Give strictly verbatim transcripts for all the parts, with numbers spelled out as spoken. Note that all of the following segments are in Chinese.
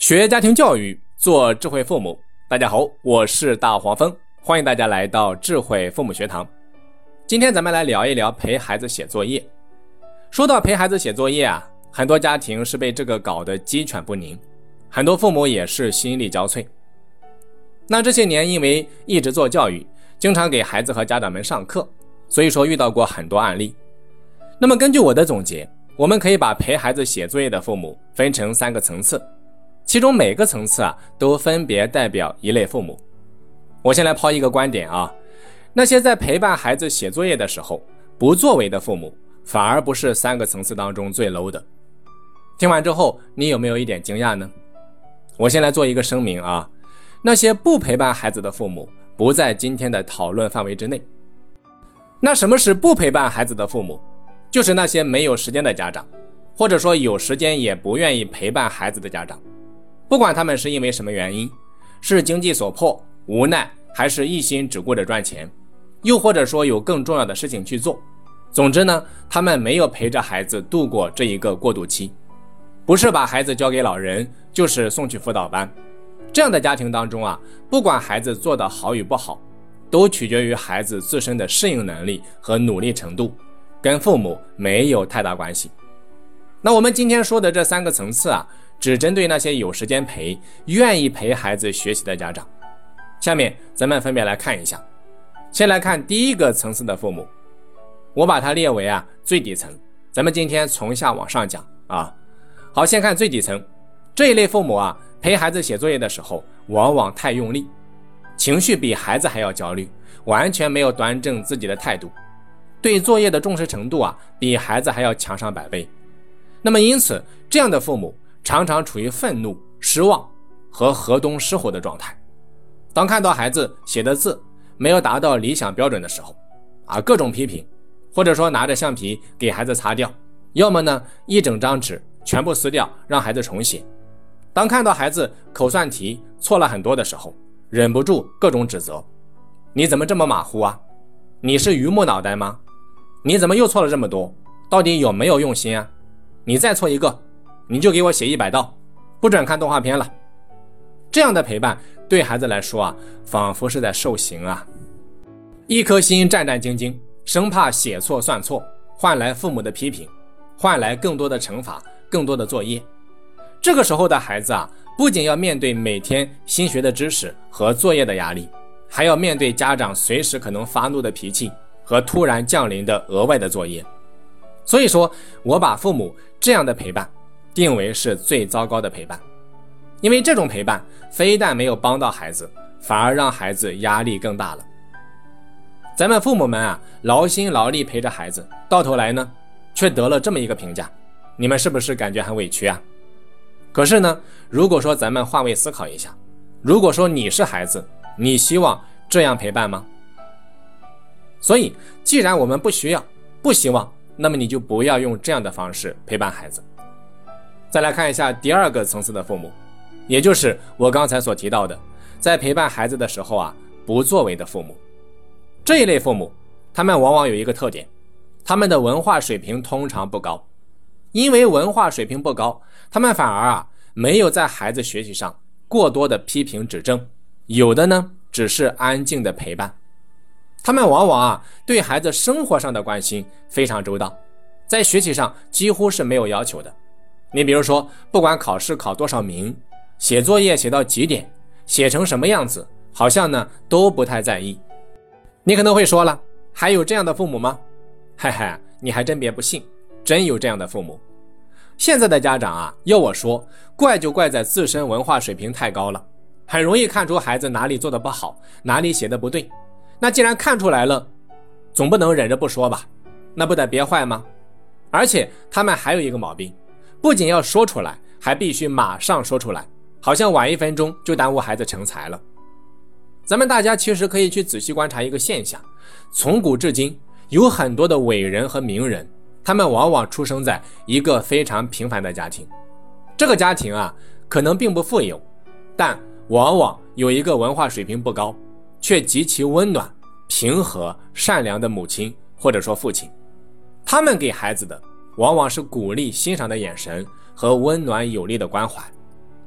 学家庭教育，做智慧父母。大家好，我是大黄蜂，欢迎大家来到智慧父母学堂。今天咱们来聊一聊陪孩子写作业。说到陪孩子写作业啊，很多家庭是被这个搞得鸡犬不宁，很多父母也是心力交瘁。那这些年因为一直做教育，经常给孩子和家长们上课，所以说遇到过很多案例。那么根据我的总结，我们可以把陪孩子写作业的父母分成三个层次，其中每个层次啊都分别代表一类父母。我先来抛一个观点啊，那些在陪伴孩子写作业的时候不作为的父母，反而不是三个层次当中最 low 的。听完之后，你有没有一点惊讶呢？我先来做一个声明啊，那些不陪伴孩子的父母不在今天的讨论范围之内。那什么是不陪伴孩子的父母？就是那些没有时间的家长，或者说有时间也不愿意陪伴孩子的家长。不管他们是因为什么原因，是经济所迫、无奈，还是一心只顾着赚钱，又或者说有更重要的事情去做，总之呢，他们没有陪着孩子度过这一个过渡期，不是把孩子交给老人，就是送去辅导班。这样的家庭当中啊，不管孩子做得好与不好，都取决于孩子自身的适应能力和努力程度，跟父母没有太大关系。那我们今天说的这三个层次啊，只针对那些有时间陪、愿意陪孩子学习的家长。下面咱们分别来看一下。先来看第一个层次的父母，我把它列为啊最底层，咱们今天从下往上讲啊。好，先看最底层。这一类父母啊，陪孩子写作业的时候往往太用力，情绪比孩子还要焦虑，完全没有端正自己的态度，对作业的重视程度啊比孩子还要强上百倍。那么因此，这样的父母常常处于愤怒、失望和河东狮吼的状态。当看到孩子写的字没有达到理想标准的时候啊，各种批评，或者说拿着橡皮给孩子擦掉，要么呢一整张纸全部撕掉让孩子重写。当看到孩子口算题错了很多的时候，忍不住各种指责，你怎么这么马虎啊？你是榆木脑袋吗？你怎么又错了这么多？到底有没有用心啊？你再错一个你就给我写一百道，不准看动画片了。这样的陪伴对孩子来说啊，仿佛是在受刑啊。一颗心战战兢兢，生怕写错算错，换来父母的批评，换来更多的惩罚，更多的作业。这个时候的孩子啊，不仅要面对每天新学的知识和作业的压力，还要面对家长随时可能发怒的脾气和突然降临的额外的作业。所以说，我把父母这样的陪伴定为是最糟糕的陪伴，因为这种陪伴非但没有帮到孩子，反而让孩子压力更大了。咱们父母们啊，劳心劳力陪着孩子，到头来呢，却得了这么一个评价，你们是不是感觉很委屈啊？可是呢，如果说咱们换位思考一下，如果说你是孩子，你希望这样陪伴吗？所以，既然我们不需要、不希望，那么你就不要用这样的方式陪伴孩子。再来看一下第二个层次的父母，也就是我刚才所提到的，在陪伴孩子的时候啊，不作为的父母。这一类父母，他们往往有一个特点，他们的文化水平通常不高。因为文化水平不高，他们反而啊没有在孩子学习上过多的批评指正，有的呢只是安静的陪伴。他们往往啊对孩子生活上的关心非常周到，在学习上几乎是没有要求的。你比如说，不管考试考多少名，写作业写到几点，写成什么样子，好像呢都不太在意。你可能会说了，还有这样的父母吗？嘿嘿，你还真别不信，真有这样的父母。现在的家长啊，要我说，怪就怪在自身文化水平太高了，很容易看出孩子哪里做得不好，哪里写得不对。那既然看出来了，总不能忍着不说吧，那不得憋坏吗？而且他们还有一个毛病，不仅要说出来，还必须马上说出来，好像晚一分钟就耽误孩子成才了。咱们大家其实可以去仔细观察一个现象，从古至今，有很多的伟人和名人，他们往往出生在一个非常平凡的家庭。这个家庭啊，可能并不富有，但往往有一个文化水平不高，却极其温暖、平和、善良的母亲或者说父亲。他们给孩子的往往是鼓励、欣赏的眼神和温暖有力的关怀。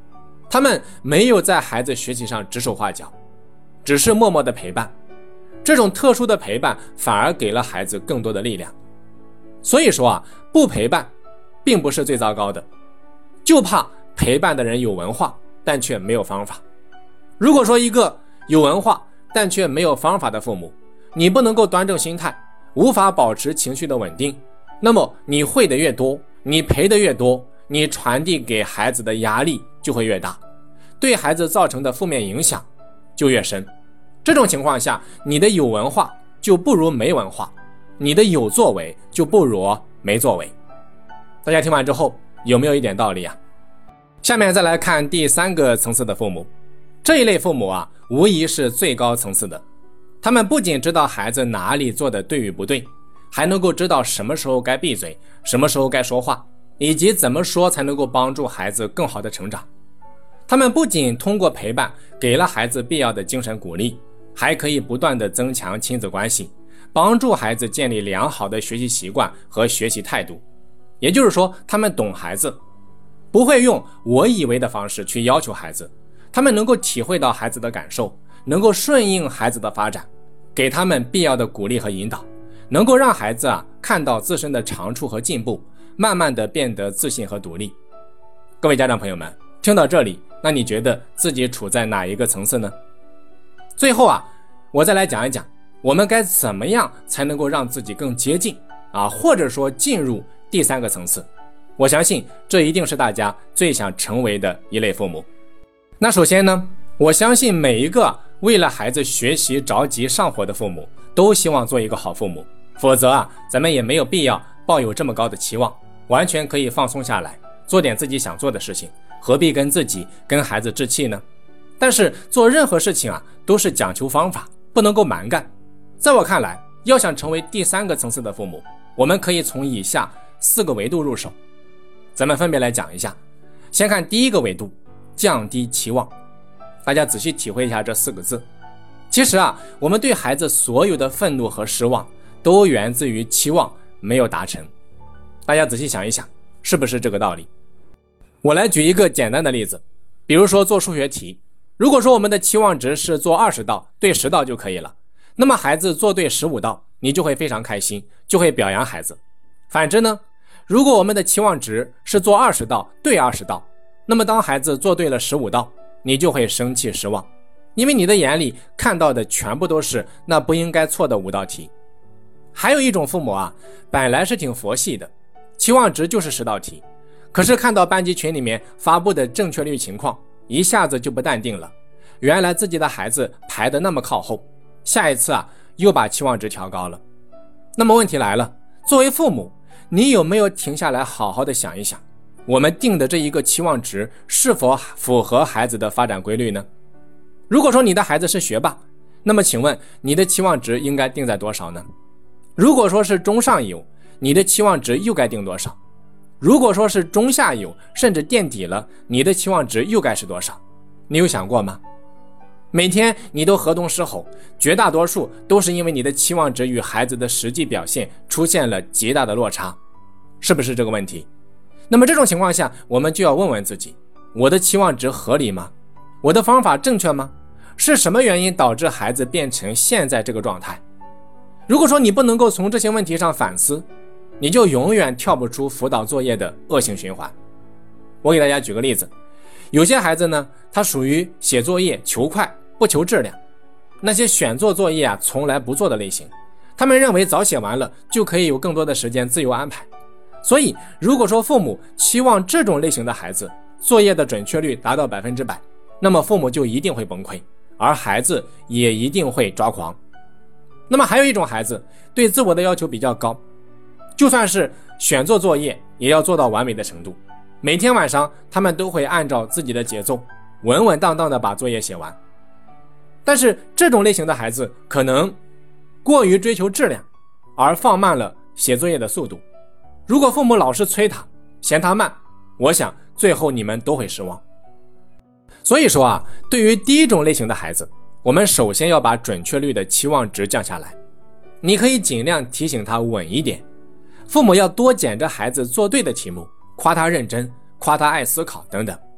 他们没有在孩子学习上指手画脚，只是默默的陪伴。这种特殊的陪伴反而给了孩子更多的力量。所以说啊，不陪伴并不是最糟糕的，就怕陪伴的人有文化，但却没有方法。如果说一个有文化但却没有方法的父母，你不能够端正心态，无法保持情绪的稳定，那么你会的越多，你陪的越多，你传递给孩子的压力就会越大，对孩子造成的负面影响就越深。这种情况下，你的有文化就不如没文化，你的有作为就不如没作为。大家听完之后有没有一点道理啊？下面再来看第三个层次的父母。这一类父母啊，无疑是最高层次的。他们不仅知道孩子哪里做的对与不对，还能够知道什么时候该闭嘴，什么时候该说话，以及怎么说才能够帮助孩子更好的成长。他们不仅通过陪伴给了孩子必要的精神鼓励，还可以不断地增强亲子关系，帮助孩子建立良好的学习习惯和学习态度。也就是说，他们懂孩子，不会用我以为的方式去要求孩子，他们能够体会到孩子的感受，能够顺应孩子的发展，给他们必要的鼓励和引导，能够让孩子啊看到自身的长处和进步，慢慢的变得自信和独立。各位家长朋友们，听到这里，那你觉得自己处在哪一个层次呢？最后啊，我再来讲一讲，我们该怎么样才能够让自己更接近啊，或者说进入第三个层次。我相信这一定是大家最想成为的一类父母。那首先呢，我相信每一个为了孩子学习着急上火的父母都希望做一个好父母，否则啊，咱们也没有必要抱有这么高的期望，完全可以放松下来，做点自己想做的事情，何必跟自己跟孩子置气呢？但是做任何事情啊，都是讲求方法，不能够蛮干。在我看来，要想成为第三个层次的父母，我们可以从以下四个维度入手。咱们分别来讲一下。先看第一个维度，降低期望。大家仔细体会一下这四个字。其实啊，我们对孩子所有的愤怒和失望都源自于期望没有达成。大家仔细想一想，是不是这个道理？我来举一个简单的例子，比如说做数学题，如果说我们的期望值是做二十道，对十道就可以了，那么孩子做对十五道，你就会非常开心，就会表扬孩子。反之呢，如果我们的期望值是做二十道，对二十道，那么当孩子做对了十五道，你就会生气失望，因为你的眼里看到的全部都是那不应该错的五道题。还有一种父母啊，本来是挺佛系的，期望值就是十道题，可是看到班级群里面发布的正确率情况，一下子就不淡定了，原来自己的孩子排得那么靠后，下一次啊又把期望值调高了。那么问题来了，作为父母，你有没有停下来好好的想一想，我们定的这一个期望值是否符合孩子的发展规律呢？如果说你的孩子是学霸，那么请问你的期望值应该定在多少呢？如果说是中上游，你的期望值又该定多少？如果说是中下游，甚至垫底了，你的期望值又该是多少？你有想过吗？每天你都河东狮吼，绝大多数都是因为你的期望值与孩子的实际表现出现了极大的落差，是不是这个问题？那么这种情况下，我们就要问问自己，我的期望值合理吗？我的方法正确吗？是什么原因导致孩子变成现在这个状态？如果说你不能够从这些问题上反思，你就永远跳不出辅导作业的恶性循环。我给大家举个例子，有些孩子呢，他属于写作业求快不求质量，那些选做作业啊从来不做的类型，他们认为早写完了就可以有更多的时间自由安排。所以如果说父母期望这种类型的孩子作业的准确率达到百分之百，那么父母就一定会崩溃，而孩子也一定会抓狂。那么还有一种孩子对自我的要求比较高，就算是选做作业也要做到完美的程度，每天晚上他们都会按照自己的节奏稳稳当当的把作业写完。但是这种类型的孩子可能过于追求质量，而放慢了写作业的速度。如果父母老是催他，嫌他慢，我想最后你们都会失望。所以说啊，对于第一种类型的孩子，我们首先要把准确率的期望值降下来。你可以尽量提醒他稳一点，父母要多捡着孩子做对的题目，夸他认真，夸他爱思考等等。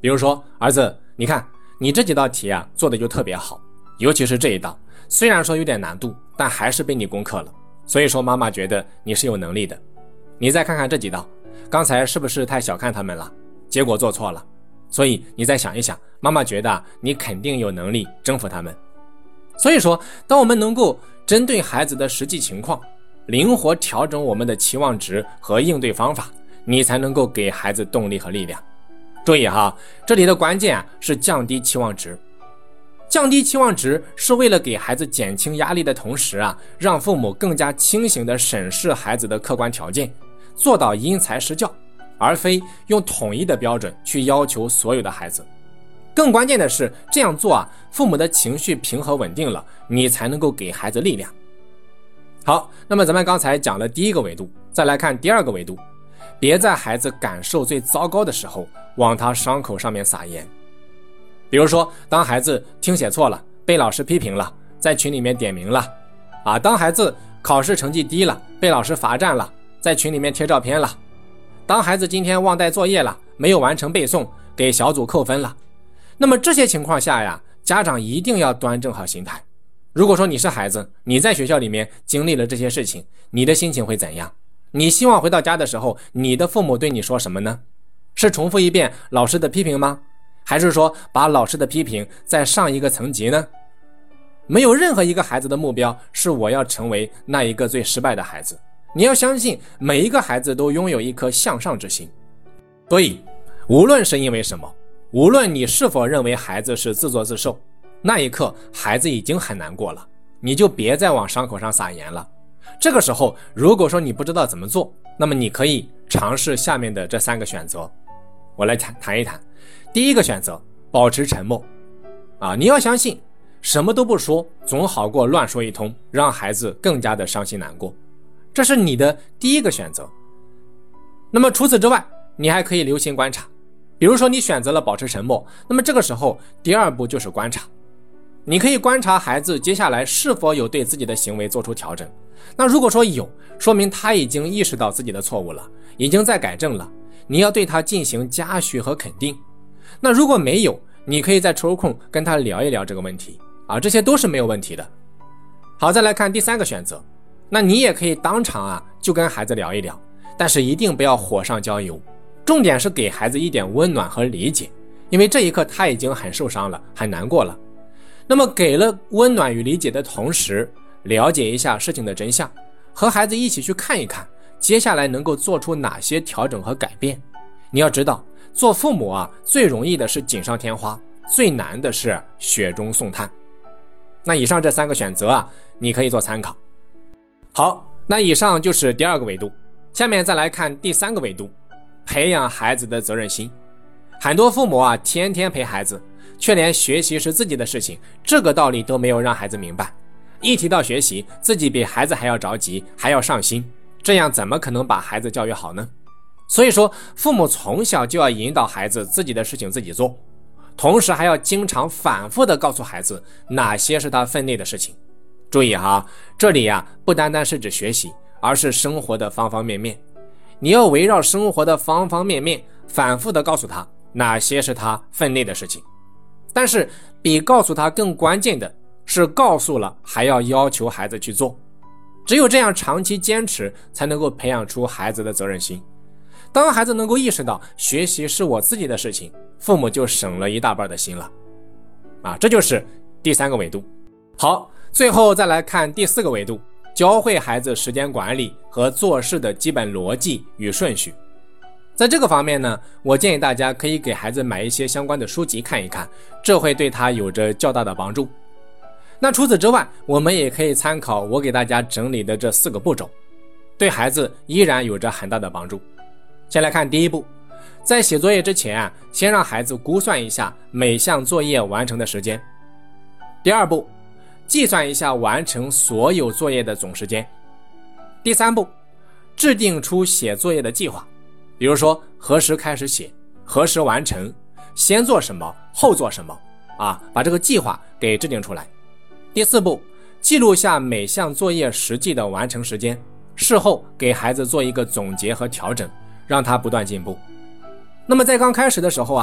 比如说，儿子，你看你这几道题啊做的就特别好，尤其是这一道，虽然说有点难度，但还是被你攻克了，所以说妈妈觉得你是有能力的。你再看看这几道，刚才是不是太小看他们了，结果做错了，所以你再想一想，妈妈觉得你肯定有能力征服他们。所以说，当我们能够针对孩子的实际情况，灵活调整我们的期望值和应对方法，你才能够给孩子动力和力量。注意哈，这里的关键啊是降低期望值。降低期望值是为了给孩子减轻压力的同时啊，让父母更加清醒地审视孩子的客观条件，做到因材施教，而非用统一的标准去要求所有的孩子。更关键的是，这样做啊，父母的情绪平和稳定了，你才能够给孩子力量。好，那么咱们刚才讲了第一个维度，再来看第二个维度，别在孩子感受最糟糕的时候往他伤口上面撒盐。比如说，当孩子听写错了，被老师批评了，在群里面点名了啊；当孩子考试成绩低了，被老师罚站了，在群里面贴照片了；当孩子今天忘带作业了，没有完成背诵，给小组扣分了。那么这些情况下呀，家长一定要端正好心态。如果说你是孩子，你在学校里面经历了这些事情，你的心情会怎样？你希望回到家的时候，你的父母对你说什么呢？是重复一遍老师的批评吗？还是说把老师的批评再上一个层级呢？没有任何一个孩子的目标是我要成为那一个最失败的孩子。你要相信每一个孩子都拥有一颗向上之心。所以无论是因为什么，无论你是否认为孩子是自作自受，那一刻孩子已经很难过了，你就别再往伤口上撒盐了。这个时候如果说你不知道怎么做，那么你可以尝试下面的这三个选择，我来谈谈一谈。第一个选择，保持沉默啊，你要相信什么都不说总好过乱说一通，让孩子更加的伤心难过，这是你的第一个选择。那么除此之外，你还可以留心观察。比如说你选择了保持沉默，那么这个时候第二步就是观察。你可以观察孩子接下来是否有对自己的行为做出调整。那如果说有，说明他已经意识到自己的错误了，已经在改正了，你要对他进行嘉许和肯定。那如果没有，你可以再抽空跟他聊一聊这个问题啊，这些都是没有问题的。好，再来看第三个选择，那你也可以当场啊就跟孩子聊一聊，但是一定不要火上浇油，重点是给孩子一点温暖和理解，因为这一刻他已经很受伤了，很难过了。那么给了温暖与理解的同时，了解一下事情的真相，和孩子一起去看一看接下来能够做出哪些调整和改变。你要知道，做父母啊，最容易的是锦上添花，最难的是雪中送炭。那以上这三个选择啊，你可以做参考。好，那以上就是第二个维度，下面再来看第三个维度，培养孩子的责任心。很多父母啊，天天陪孩子，却连学习是自己的事情这个道理都没有让孩子明白。一提到学习，自己比孩子还要着急，还要上心，这样怎么可能把孩子教育好呢？所以说，父母从小就要引导孩子自己的事情自己做，同时还要经常反复的告诉孩子哪些是他分内的事情。注意哈，这里啊不单单是指学习，而是生活的方方面面。你要围绕生活的方方面面，反复的告诉他哪些是他分内的事情。但是比告诉他更关键的是，告诉了还要要求孩子去做。只有这样长期坚持，才能够培养出孩子的责任心。当孩子能够意识到学习是我自己的事情，父母就省了一大半的心了啊，这就是第三个维度。好，最后再来看第四个维度，教会孩子时间管理和做事的基本逻辑与顺序。在这个方面呢，我建议大家可以给孩子买一些相关的书籍看一看，这会对他有着较大的帮助。那除此之外，我们也可以参考我给大家整理的这四个步骤，对孩子依然有着很大的帮助。先来看第一步，在写作业之前啊，先让孩子估算一下每项作业完成的时间。第二步，计算一下完成所有作业的总时间。第三步，制定出写作业的计划，比如说何时开始写，何时完成，先做什么，后做什么啊，把这个计划给制定出来。第四步，记录下每项作业实际的完成时间，事后给孩子做一个总结和调整，让他不断进步。那么在刚开始的时候啊，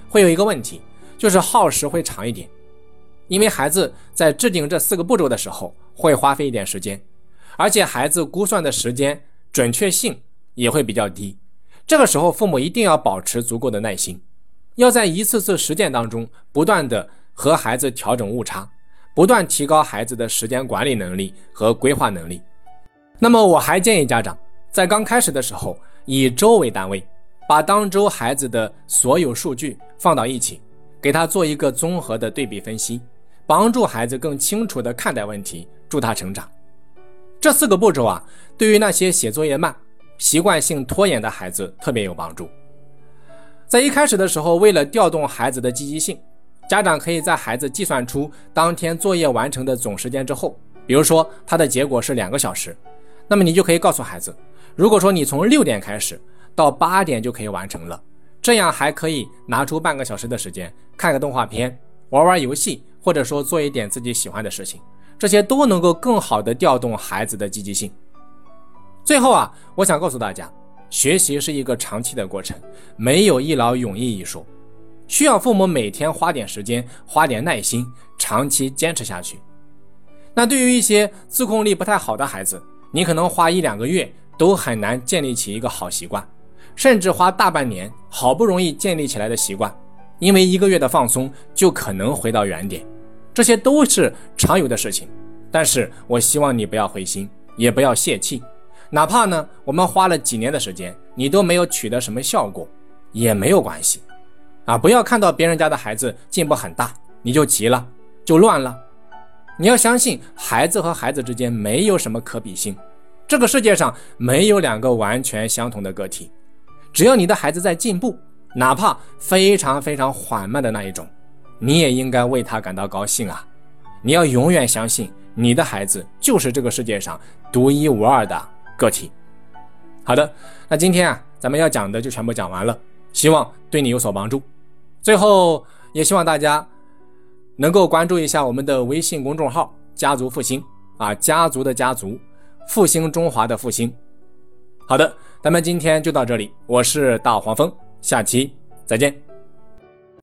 会有一个问题，就是耗时会长一点。因为孩子在制定这四个步骤的时候会花费一点时间，而且孩子估算的时间准确性也会比较低。这个时候父母一定要保持足够的耐心，要在一次次实践当中不断的和孩子调整误差，不断提高孩子的时间管理能力和规划能力。那么我还建议家长在刚开始的时候以周为单位，把当周孩子的所有数据放到一起，给他做一个综合的对比分析，帮助孩子更清楚地看待问题，助他成长。这四个步骤啊，对于那些写作业慢、习惯性拖延的孩子特别有帮助。在一开始的时候，为了调动孩子的积极性，家长可以在孩子计算出当天作业完成的总时间之后，比如说他的结果是两个小时，那么你就可以告诉孩子，如果说你从六点开始到八点就可以完成了，这样还可以拿出半个小时的时间看个动画片，玩玩游戏，或者说做一点自己喜欢的事情，这些都能够更好的调动孩子的积极性。最后啊，我想告诉大家，学习是一个长期的过程，没有一劳永逸一说，需要父母每天花点时间，花点耐心，长期坚持下去。那对于一些自控力不太好的孩子，你可能花一两个月都很难建立起一个好习惯，甚至花大半年好不容易建立起来的习惯，因为一个月的放松就可能回到原点，这些都是常有的事情。但是我希望你不要灰心，也不要泄气，哪怕呢我们花了几年的时间，你都没有取得什么效果，也没有关系啊！不要看到别人家的孩子进步很大，你就急了，就乱了。你要相信，孩子和孩子之间没有什么可比性，这个世界上没有两个完全相同的个体。只要你的孩子在进步，哪怕非常非常缓慢的那一种，你也应该为他感到高兴啊！你要永远相信，你的孩子就是这个世界上独一无二的个体。好的，那今天啊，咱们要讲的就全部讲完了，希望对你有所帮助。最后也希望大家能够关注一下我们的微信公众号家族复兴啊，家族的家族，复兴中华的复兴。好的，咱们今天就到这里，我是大黄蜂，下期再见。